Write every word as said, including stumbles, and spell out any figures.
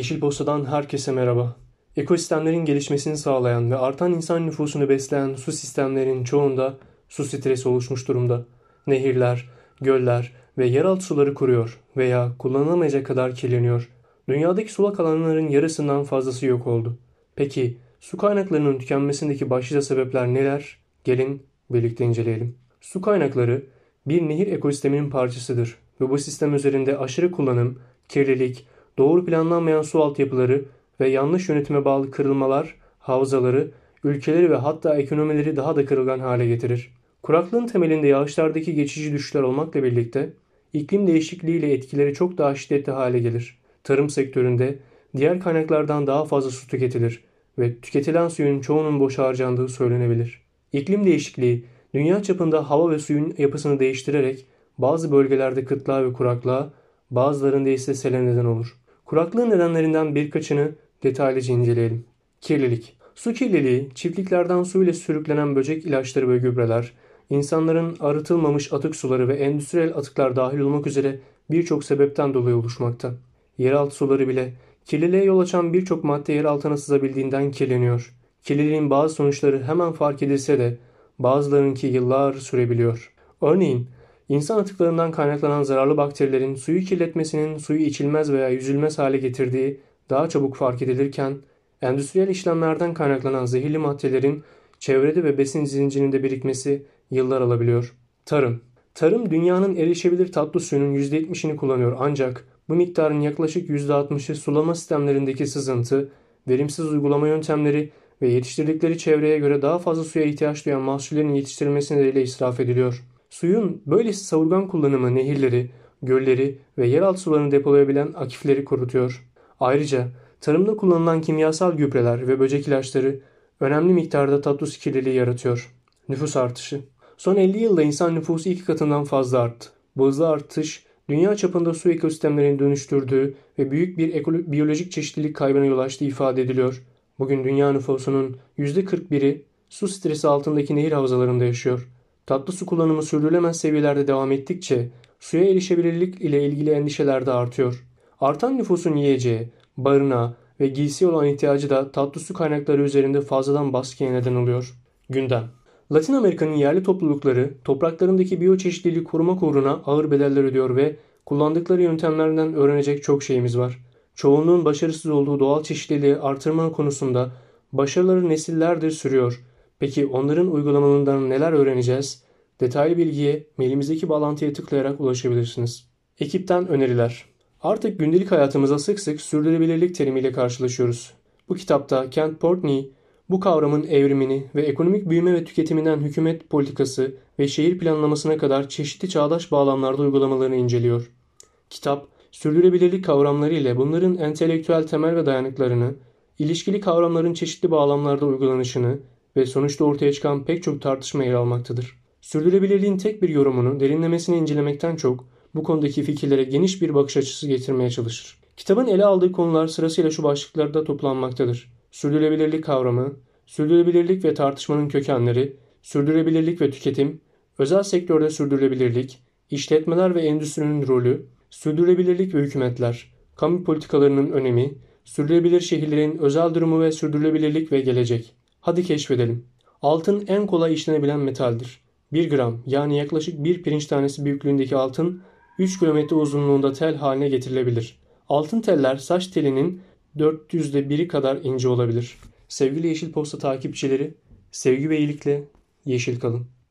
Yeşil Posta'dan herkese merhaba. Ekosistemlerin gelişmesini sağlayan ve artan insan nüfusunu besleyen su sistemlerinin çoğunda su stresi oluşmuş durumda. Nehirler, göller ve yeraltı suları kuruyor veya kullanılamayacak kadar kirleniyor. Dünyadaki sulak alanların yarısından fazlası yok oldu. Peki su kaynaklarının tükenmesindeki başlıca sebepler neler? Gelin birlikte inceleyelim. Su kaynakları bir nehir ekosisteminin parçasıdır ve bu sistem üzerinde aşırı kullanım, kirlilik, doğru planlanmayan su altyapıları ve yanlış yönetime bağlı kırılmalar, havzaları, ülkeleri ve hatta ekonomileri daha da kırılgan hale getirir. Kuraklığın temelinde yağışlardaki geçici düşüşler olmakla birlikte iklim değişikliğiyle etkileri çok daha şiddetli hale gelir. Tarım sektöründe diğer kaynaklardan daha fazla su tüketilir ve tüketilen suyun çoğunun boşa harcandığı söylenebilir. İklim değişikliği dünya çapında hava ve suyun yapısını değiştirerek bazı bölgelerde kıtlığa ve kuraklığa, bazılarında ise sele neden olur. Kuraklığın nedenlerinden birkaçını detaylıca inceleyelim. Kirlilik. Su kirliliği, çiftliklerden su ile sürüklenen böcek ilaçları ve gübreler, insanların arıtılmamış atık suları ve endüstriyel atıklar dahil olmak üzere birçok sebepten dolayı oluşmakta. Yeraltı suları bile kirliliğe yol açan birçok madde yer altına sızabildiğinden kirleniyor. Kirliliğin bazı sonuçları hemen fark edilse de bazılarınki yıllar sürebiliyor. Örneğin, İnsan atıklarından kaynaklanan zararlı bakterilerin suyu kirletmesinin suyu içilmez veya yüzülmez hale getirdiği daha çabuk fark edilirken, endüstriyel işlemlerden kaynaklanan zehirli maddelerin çevrede ve besin zincirinde birikmesi yıllar alabiliyor. Tarım. Tarım dünyanın erişebilir tatlı suyunun yüzde yetmişini kullanıyor ancak bu miktarın yaklaşık yüzde altmışı sulama sistemlerindeki sızıntı, verimsiz uygulama yöntemleri ve yetiştirdikleri çevreye göre daha fazla suya ihtiyaç duyan mahsullerin yetiştirilmesi nedeniyle israf ediliyor. Suyun böylesi savurgan kullanımı nehirleri, gölleri ve yeraltı sularını depolayabilen akifleri kurutuyor. Ayrıca tarımda kullanılan kimyasal gübreler ve böcek ilaçları önemli miktarda tatlı su kirliliği yaratıyor. Nüfus artışı. Son elli yılda insan nüfusu iki katından fazla arttı. Bu hızlı artış dünya çapında su ekosistemlerini dönüştürdüğü ve büyük bir ekolo- biyolojik çeşitlilik kaybına yol açtığı ifade ediliyor. Bugün dünya nüfusunun yüzde kırk biri su stresi altındaki nehir havzalarında yaşıyor. Tatlı su kullanımı sürdürülemez seviyelerde devam ettikçe suya erişebilirlik ile ilgili endişeler de artıyor. Artan nüfusun yiyeceğe, barınağa ve giysiye olan ihtiyacı da tatlı su kaynakları üzerinde fazladan baskıya neden oluyor. Gündem. Latin Amerika'nın yerli toplulukları topraklarındaki biyoçeşitliliği korumak uğruna ağır bedeller ödüyor ve kullandıkları yöntemlerden öğrenecek çok şeyimiz var. Çoğunluğun başarısız olduğu doğal çeşitliliği artırma konusunda başarıları nesillerdir sürüyor. Peki onların uygulamalarından neler öğreneceğiz? Detaylı bilgiye mailimizdeki bağlantıya tıklayarak ulaşabilirsiniz. Ekipten öneriler. Artık gündelik hayatımızda sık sık sürdürülebilirlik terimiyle karşılaşıyoruz. Bu kitapta Kent Portney bu kavramın evrimini ve ekonomik büyüme ve tüketiminden hükümet politikası ve şehir planlamasına kadar çeşitli çağdaş bağlamlarda uygulamalarını inceliyor. Kitap, sürdürülebilirlik kavramları ile bunların entelektüel temel ve dayanıklarını, ilişkili kavramların çeşitli bağlamlarda uygulanışını ve sonuçta ortaya çıkan pek çok tartışma yer almaktadır. Sürdürülebilirliğin tek bir yorumunu derinlemesine incelemekten çok bu konudaki fikirlere geniş bir bakış açısı getirmeye çalışır. Kitabın ele aldığı konular sırasıyla şu başlıklarda toplanmaktadır. Sürdürülebilirlik kavramı, sürdürülebilirlik ve tartışmanın kökenleri, sürdürülebilirlik ve tüketim, özel sektörde sürdürülebilirlik, işletmeler ve endüstrinin rolü, sürdürülebilirlik ve hükümetler, kamu politikalarının önemi, sürdürülebilir şehirlerin özel durumu ve sürdürülebilirlik ve gelecek. Hadi keşfedelim. Altın en kolay işlenebilen metaldir. bir gram yani yaklaşık bir pirinç tanesi büyüklüğündeki altın üç kilometre uzunluğunda tel haline getirilebilir. Altın teller saç telinin dört yüzde biri kadar ince olabilir. Sevgili Yeşil Posta takipçileri, sevgi ve iyilikle yeşil kalın.